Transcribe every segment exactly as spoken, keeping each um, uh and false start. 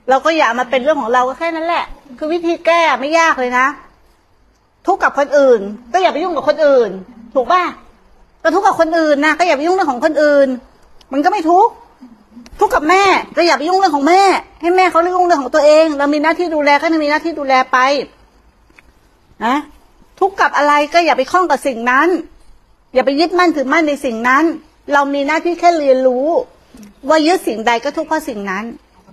เราก็อย่ามาเป็นเรื่องของเราก็แค่นั้นแหละคือวิธีแก้ไม่ยากเลยนะทุกข์กับคนอื่นก็อย่าไปยุ่งกับคนอื่นถูกป่ะก็ทุกข์กับคนอื่นนะก็อย่าไปยุ่งเรื่องของคนอื่นมันก็ไม่ทุกข์ทุกข์กับแม่ก็อย่าไปยุ่งเรื่องของแม่ให้แม่เขาเรื่องเรื่องของตัวเองเรามีหน้าที่ดูแลก็มีหน้าที่ดูแลไปนะทุกข์กับอะไรก็อย่าไปคล้องกับสิ่งนั้นอย่าไปยึดมั่นถือมั่นในสิ่งนั้นเรามีหน้าที่แค่เรียนรู้ว่ายึดสิ่งใดก็ทุกข์เพราะสิ่งนั้น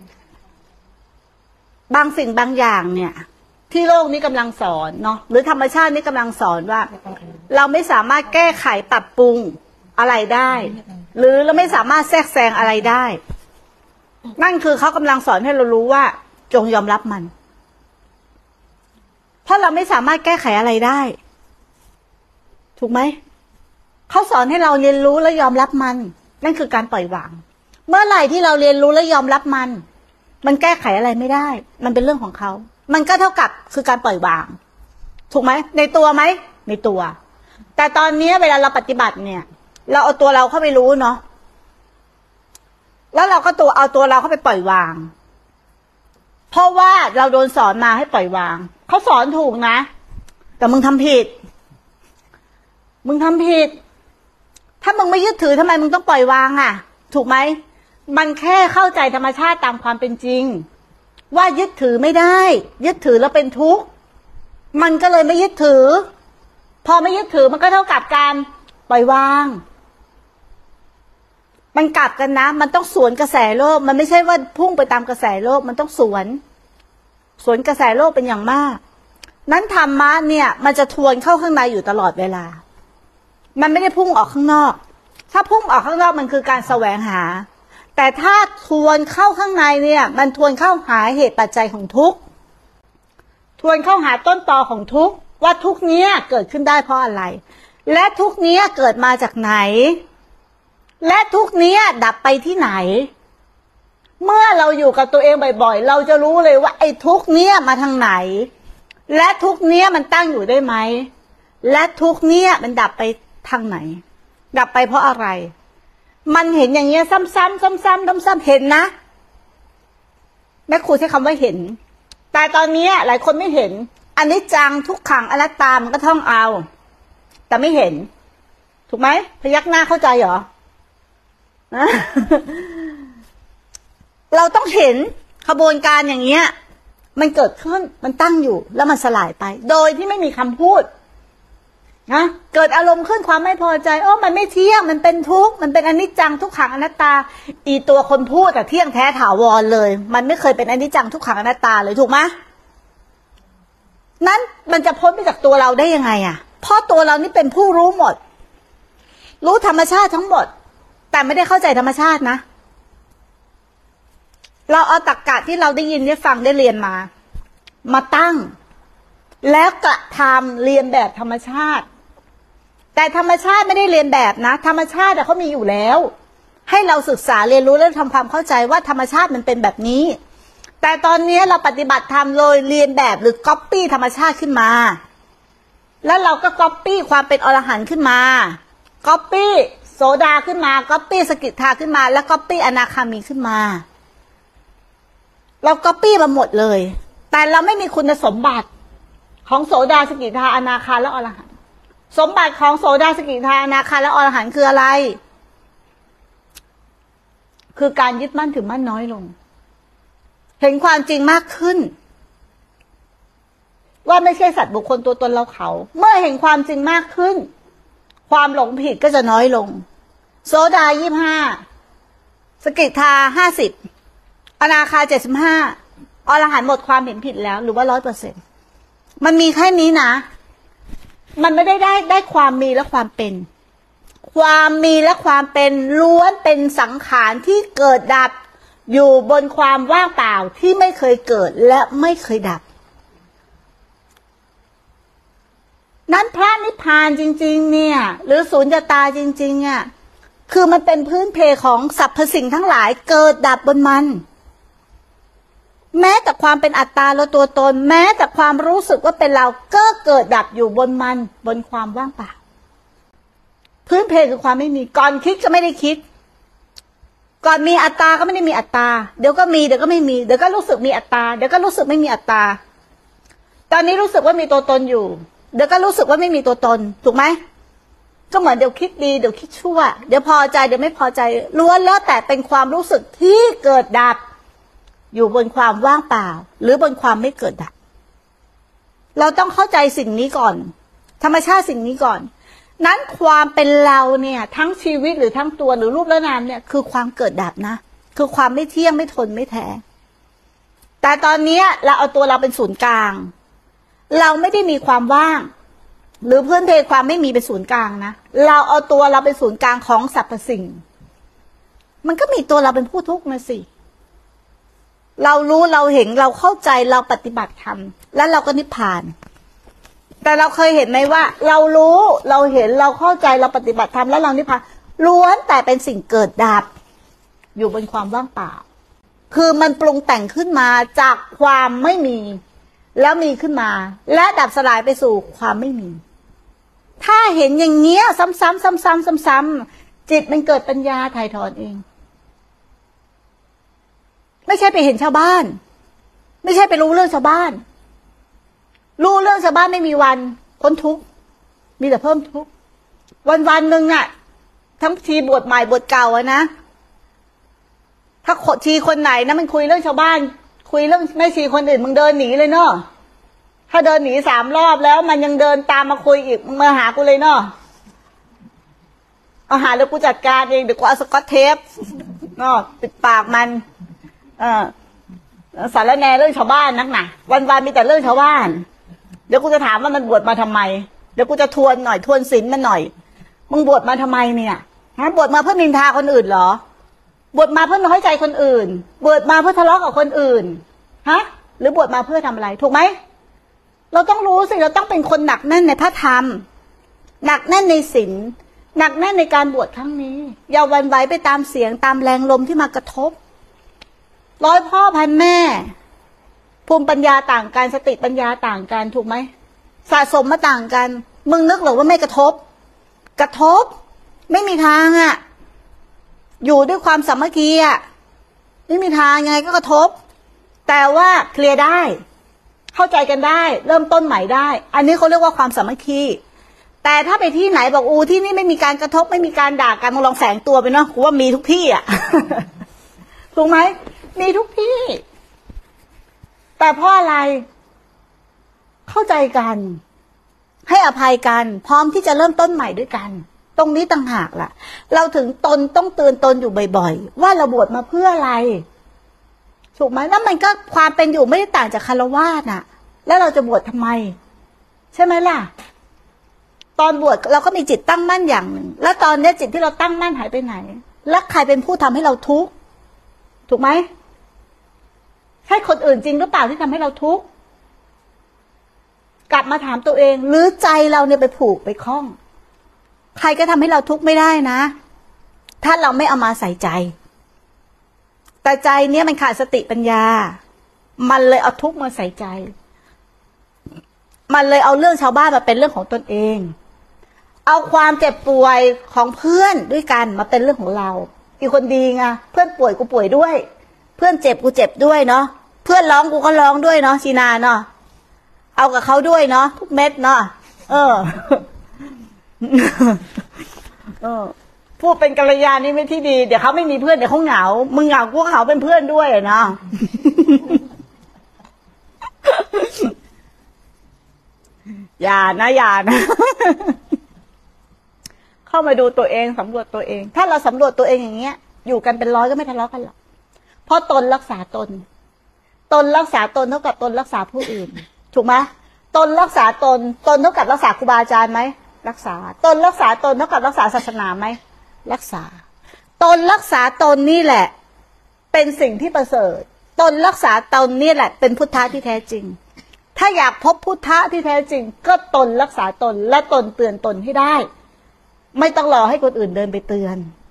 บางสิ่งบางอย่างเนี่ยที่โลกนี้กำลังสอนเนาะหรือธรรมชาตินี้กำลังสอนว่าเราไม่สามารถแก้ไขปรับปรุงอะไรได้หรือเราไม่สามารถแทรกแซงอะไรได้นั่นคือเขากำลังสอนให้เรารู้ว่าจงยอมรับมันเพราะเราไม่สามารถแก้ไขอะไรได้ถูกไหมเขาสอนให้เราเรียนรู้และยอมรับมันนั่นคือการปล่อยวางเมื่อไหร่ที่เราเรียนรู้และยอมรับมันมันแก้ไขอะไรไม่ได้มันเป็นเรื่องของเขามันก็เท่ากับคือการปล่อยวางถูกไหมในตัวไหมในตัวแต่ตอนนี้เวลาเราปฏิบัติเนี่ยเราเอาตัวเราเข้าไปรู้เนาะแล้วเราก็ตัวเอาตัวเราเข้าไปปล่อยวางเพราะว่าเราโดนสอนมาให้ปล่อยวางเขาสอนถูกนะแต่มึงทำผิดมึงทำผิดถ้ามึงไม่ยึดถือทำไมมึงต้องปล่อยวางอ่ะถูกไหมมันแค่เข้าใจธรรมชาติตามความเป็นจริงว่ายึดถือไม่ได้ยึดถือแล้วเป็นทุกข์มันก็เลยไม่ยึดถือพอไม่ยึดถือมันก็เท่ากับการปล่อยวางมันกลับกันนะมันต้องสวนกระแสโลกมันไม่ใช่ว่าพุ่งไปตามกระแสโลกมันต้องสวนสวนกระแสโลกเป็นอย่างมากนั้นธรรมะเนี่ยมันจะทวนเข้าข้างในอยู่ตลอดเวลามันไม่ได้พุ่งออกข้างนอกถ้าพุ่งออกข้างนอกมันคือการแสวงหาแต่ถ้าทวนเข้าข้างในเนี่ยมันทวนเข้าหาเหตุปัจจัยของทุกข์ทวนเข้าหาต้นตอของทุกข์ว่าทุกข์เนี้ยเกิดขึ้นได้เพราะอะไรและทุกข์เนี้ยเกิดมาจากไหนและทุกข์เนี้ยดับไปที่ไหนเมื่อเราอยู่กับตัวเองบ่อยๆเราจะรู้เลยว่าไอ้ทุกข์เนี้ยมาทางไหนและทุกข์เนี้ยมันตั้งอยู่ได้ไหมและทุกข์เนี้ยมันดับไปทางไหนดับไปเพราะอะไรมันเห็นอย่างเงี้ยซ้ำๆซ้ำๆซ้ำๆเห็นนะแม่ครูใช้คำว่าเห็นแต่ตอนนี้หลายคนไม่เห็นอันนี้จังทุกขังอนัตตามันก็ท่องเอาแต่ไม่เห็นถูกไหมพยักหน้าเข้าใจเหรอ เราต้องเห็นขบวนการอย่างเงี้ยมันเกิดขึ้นมันตั้งอยู่แล้วมันสลายไปโดยที่ไม่มีคำพูดนะเกิดอารมณ์ขึ้นความไม่พอใจโอ้มันไม่เที่ยงมันเป็นทุกข์มันเป็นอนิจจังทุกขังอนัตตาอีตัวคนพูดแต่เที่ยงแท้ถาวรเลยมันไม่เคยเป็นอนิจจังทุกขังอนัตตาเลยถูกไหมนั้นมันจะพ้นไปจากตัวเราได้ยังไงอ่ะเพราะตัวเรานี่เป็นผู้รู้หมดรู้ธรรมชาติทั้งหมดแต่ไม่ได้เข้าใจธรรมชาตินะเราเอาตรรกะที่เราได้ยินได้ฟังได้เรียนมามาตั้งแล้วกระทำเรียนแบบธรรมชาติแต่ธรรมชาติไม่ได้เรียนแบบนะธรรมชาติเขามีอยู่แล้วให้เราศึกษาเรียนรู้และทำความเข้าใจว่าธรรมชาติมันเป็นแบบนี้แต่ตอนนี้เราปฏิบัติธรรมโดยเรียนแบบหรือก๊อปปี้ธรรมชาติขึ้นมาแล้วเราก็ก๊อปปี้ความเป็นอรหันต์ขึ้นมาก๊อปปี้โสดาขึ้นมาก๊อปปี้สกิทาขึ้นมาแล้วก๊อปปี้อนาคามีขึ้นมาเราก๊อปปี้มาหมดเลยแต่เราไม่มีคุณสมบัติของโสดาสกิทาอนาคาและอรหันต์สมบัติของโสดาสกิทาอนาคาและอรหันต์คืออะไรคือการยึดมั่นถือมั่นน้อยลงเห็นความจริงมากขึ้นว่าไม่ใช่สัตว์บุคคลตัวตนเราเขาเมื่อเห็นความจริงมากขึ้นความหลงผิดก็จะน้อยลงโสดายี่สิบห้าสกิทาห้าสิบอนาคาเจ็ดสิบห้าอรหันต์หมดความเห็นผิดแล้วหรือว่าร้อยเปอร์เซ็นต์มันมีแค่นี้นะมันไม่ได้ได้ได้ความมีและความเป็นความมีและความเป็นล้วนเป็นสังขารที่เกิดดับอยู่บนความว่างเปล่าที่ไม่เคยเกิดและไม่เคยดับนั้นพระนิพพานจริงๆเนี่ยหรือสุญญตาจริงๆอ่ะคือมันเป็นพื้นเพของสรรพสิ่งทั้งหลายเกิดดับบนมันแม้แต่ความเป็นอัตตาและตัวตนแม้แต่ความรู้สึกว่าเป็นเราก็เกิดดับอยู่บนมันบนความว่างเปล่าพื้นเพคือความไม่มีก่อนคิดก็ไม่ได้คิดก่อนมีอัตตาก็ไม่ได้มีอัตตาเดี๋ยวก็มีเดี๋ยวก็ไม่มีเดี๋ยวก็รู้สึกมีอัตตาเดี๋ยวก็รู้สึกไม่มีอัตตาตอนนี้รู้สึกว่ามีตัวตนอยู่เดี๋ยวก็รู้สึกว่าไม่มีตัวตนถูกไหมก็เหมือนเดี๋ยวคิดดีเดี๋ยวคิดชั่วเดี๋ยวพอใจเดี๋ยวไม่พอใจล้วนแล้วแต่เป็นความรู้สึกที่เกิดดับอยู่บนความว่างเปล่าหรือบนความไม่เกิดดับเราต้องเข้าใจสิ่งนี้ก่อนธรรมชาติสิ่งนี้ก่อนนั้นความเป็นเราเนี่ยทั้งชีวิตหรือทั้งตัวหรือรูปและนามเนี่ยคือความเกิดดับนะคือความไม่เที่ยงไม่ทนไม่แท้แต่ตอนนี้เราเอาตัวเราเป็นศูนย์กลางเราไม่ได้มีความว่างหรือพื้นเพความไม่มีเป็นศูนย์กลางนะเราเอาตัวเราเป็นศูนย์กลางของสรรพสิ่งมันก็มีตัวเราเป็นผู้ทุกข์นะสิเรารู้เราเห็นเราเข้าใจเราปฏิบัติธรรมแล้วเราก็นิพพานแต่เราเคยเห็นไหมว่าเรารู้เราเห็นเราเข้าใจเราปฏิบัติธรรมแล้วเรานิพพานล้วนแต่เป็นสิ่งเกิดดับอยู่บนความว่างเปล่าคือมันปรุงแต่งขึ้นมาจากความไม่มีแล้วมีขึ้นมาและดับสลายไปสู่ความไม่มีถ้าเห็นอย่างเงี้ยซ้ำๆซ้ำๆซ้ำๆจิตมันเกิดปัญญาถ่ายถอนเองไม่ใช่ไปเห็นชาวบ้านไม่ใช่ไปรู้เรื่องชาวบ้านรู้เรื่องชาวบ้านไม่มีวันพ้นทุกข์มีแต่เพิ่มทุกข์วันวันหนึ่งน่ะทั้งทีบทใหม่บทเก่าอะนะถ้าทีคนไหนนะมันคุยเรื่องชาวบ้านคุยเรื่องแม่ชีคนอื่นมึงเดินหนีเลยเนาะถ้าเดินหนีสามรอบแล้วมันยังเดินตามมาคุยอีกมึงมาหากูเลยเนาะเอาหาแล้วกูจัดการเองเดี๋ยวกูเอาสกอตเทปเนาะปิดปากมันเออสารแหน่เรื่องชาวบ้านนักหนาวันวันมีแต่เรื่องชาวบ้านเดี๋ยวกูจะถามว่ามันบวชมาทำไมเดี๋ยวกูจะทวนหน่อยทวนศีลมันหน่อยมึงบวชมาทำไมเนี่ยฮะบวชมาเพื่อนินทาคนอื่นเหรอบวชมาเพื่อน้อยใจคนอื่นบวชมาเพื่อทะเลาะกับคนอื่นฮะหรือบวชมาเพื่อทำอะไรถูกไหมเราต้องรู้สิเราต้องเป็นคนหนักแน่นในพระธรรมหนักแน่นในศีลหนักแน่นในการบวชครั้งนี้อย่าหวั่นไหวไปตามเสียงตามแรงลมที่มากระทบร้อยพ่อพันแม่ภูมิปัญญาต่างกันสติปัญญาต่างกันถูกไหมสะสมมาต่างกันมึงนึกหรอว่าไม่กระทบกระทบไม่มีทางอ่ะอยู่ด้วยความสามัคคีอ่ะไม่มีทางยังไงก็กระทบแต่ว่าเคลียร์ได้เข้าใจกันได้เริ่มต้นใหม่ได้อันนี้เขาเรียกว่าความสามัคคีแต่ถ้าไปที่ไหนบอกอูที่นี่ไม่มีการกระทบไม่มีการด่ากันมึงลองแฝงตัวไปเนาะกูว่ามีทุกที่อ่ะ ถูกไหมมีทุกที่แต่เพราะอะไรเข้าใจกันให้อภัยกันพร้อมที่จะเริ่มต้นใหม่ด้วยกันตรงนี้ต่างหากล่ะเราถึงตนต้องเตือนตนอยู่บ่อยๆว่าเราบวชมาเพื่ออะไรถูกไหมแล้วมันก็ความเป็นอยู่ไม่ได้ต่างจากคฤหัสถ์น่ะแล้วเราจะบวชทำไมใช่ไหมล่ะตอนบวชเราก็มีจิตตั้งมั่นอย่างหนึ่งแล้วตอนนี้จิตที่เราตั้งมั่นหายไปไหนแล้วใครเป็นผู้ทำให้เราทุกข์ถูกไหมใช่คนอื่นจริงหรือเปล่าที่ทำให้เราทุกข์กลับมาถามตัวเองหรือใจเราเนี่ยไปผูกไปคล้องใครก็ทำให้เราทุกข์ไม่ได้นะถ้าเราไม่เอามาใส่ใจแต่ใจเนี่ยมันขาดสติปัญญามันเลยเอาทุกข์มาใส่ใจมันเลยเอาเรื่องชาวบ้านมาเป็นเรื่องของตนเองเอาความเจ็บป่วยของเพื่อนด้วยกันมาเป็นเรื่องของเราอีกคนดีไงเพื่อนป่วยกูป่วยด้วยเพื่อนเจ็บกูเจ็บด้วยเนาะเพื่อนร้องกูก็ร้องด้วยเนาะชีนาเนาะเอากับเขาด้วยเนาะทุกเม็ดเนาะเออ เออพูดเป็นกัลยาณมิตรที่ดีเดี๋ยวเขาไม่มีเพื่อนเดี๋ยวเขาเหงามึงเหงากูก็เหงาเป็นเพื่อนด้วยเนาะ อย่านะอย่านะ เข้ามาดูตัวเองสำรวจตัวเองถ้าเราสำรวจตัวเองอย่างเงี้ยอยู่กันเป็นร้อยก็ไม่ทะเลาะกันหรอกเพราะตนรักษาตนตนรักษาตนเท่ากับตนรักษาผู้อื่นถูกไหมตนรักษาตนตนเท่ากับรักษาครูบาอาจารย์ไหมรักษาตนรักษาตนเท่ากับรักษาศาสนาไหมรักษาตนรักษาตนนี่แหละเป็นสิ่งที่ประเสริฐตนรักษาตนนี่แหละเป็นพุทธะที่แท้จริงถ้าอยากพบพุทธะที่แท้จริงก็ตนรักษาตนและตนเตือนตนให้ได้ไม่ต้องรอให้คนอื่นเดินไปเตือน